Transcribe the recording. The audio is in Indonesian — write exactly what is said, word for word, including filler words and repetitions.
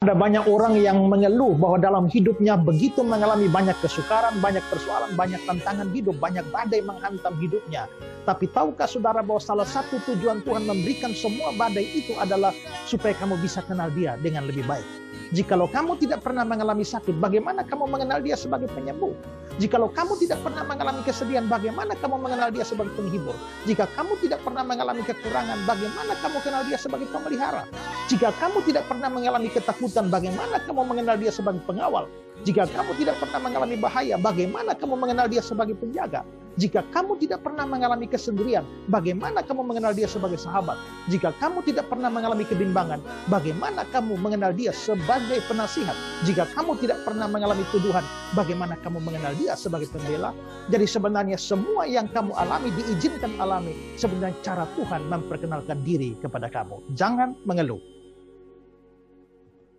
Ada banyak orang yang mengeluh bahwa dalam hidupnya begitu mengalami banyak kesukaran, banyak persoalan, banyak tantangan hidup, banyak badai menghantam hidupnya. Tapi tahukah saudara bahwa salah satu tujuan Tuhan memberikan semua badai itu adalah supaya kamu bisa kenal Dia dengan lebih baik. Jikalau kamu tidak pernah mengalami sakit, bagaimana kamu mengenal Dia sebagai penyembuh? Jikalau kamu tidak pernah mengalami kesedihan, bagaimana kamu mengenal Dia sebagai penghibur? Jika kamu tidak pernah mengalami kekurangan, bagaimana kamu kenal Dia sebagai pemelihara? Jika kamu tidak pernah mengalami ketakutan, bagaimana kamu mengenal Dia sebagai pengawal? Jika kamu tidak pernah mengalami bahaya, bagaimana kamu mengenal Dia sebagai penjaga? Jika kamu tidak pernah mengalami kesendirian, bagaimana kamu mengenal Dia sebagai sahabat? Jika kamu tidak pernah mengalami kebimbangan, bagaimana kamu mengenal Dia sebagai penasihat? Jika kamu tidak pernah mengalami tuduhan, bagaimana kamu mengenal Dia sebagai pembela? Jadi sebenarnya semua yang kamu alami, diizinkan alami, sebenarnya cara Tuhan memperkenalkan diri kepada kamu. Jangan mengeluh.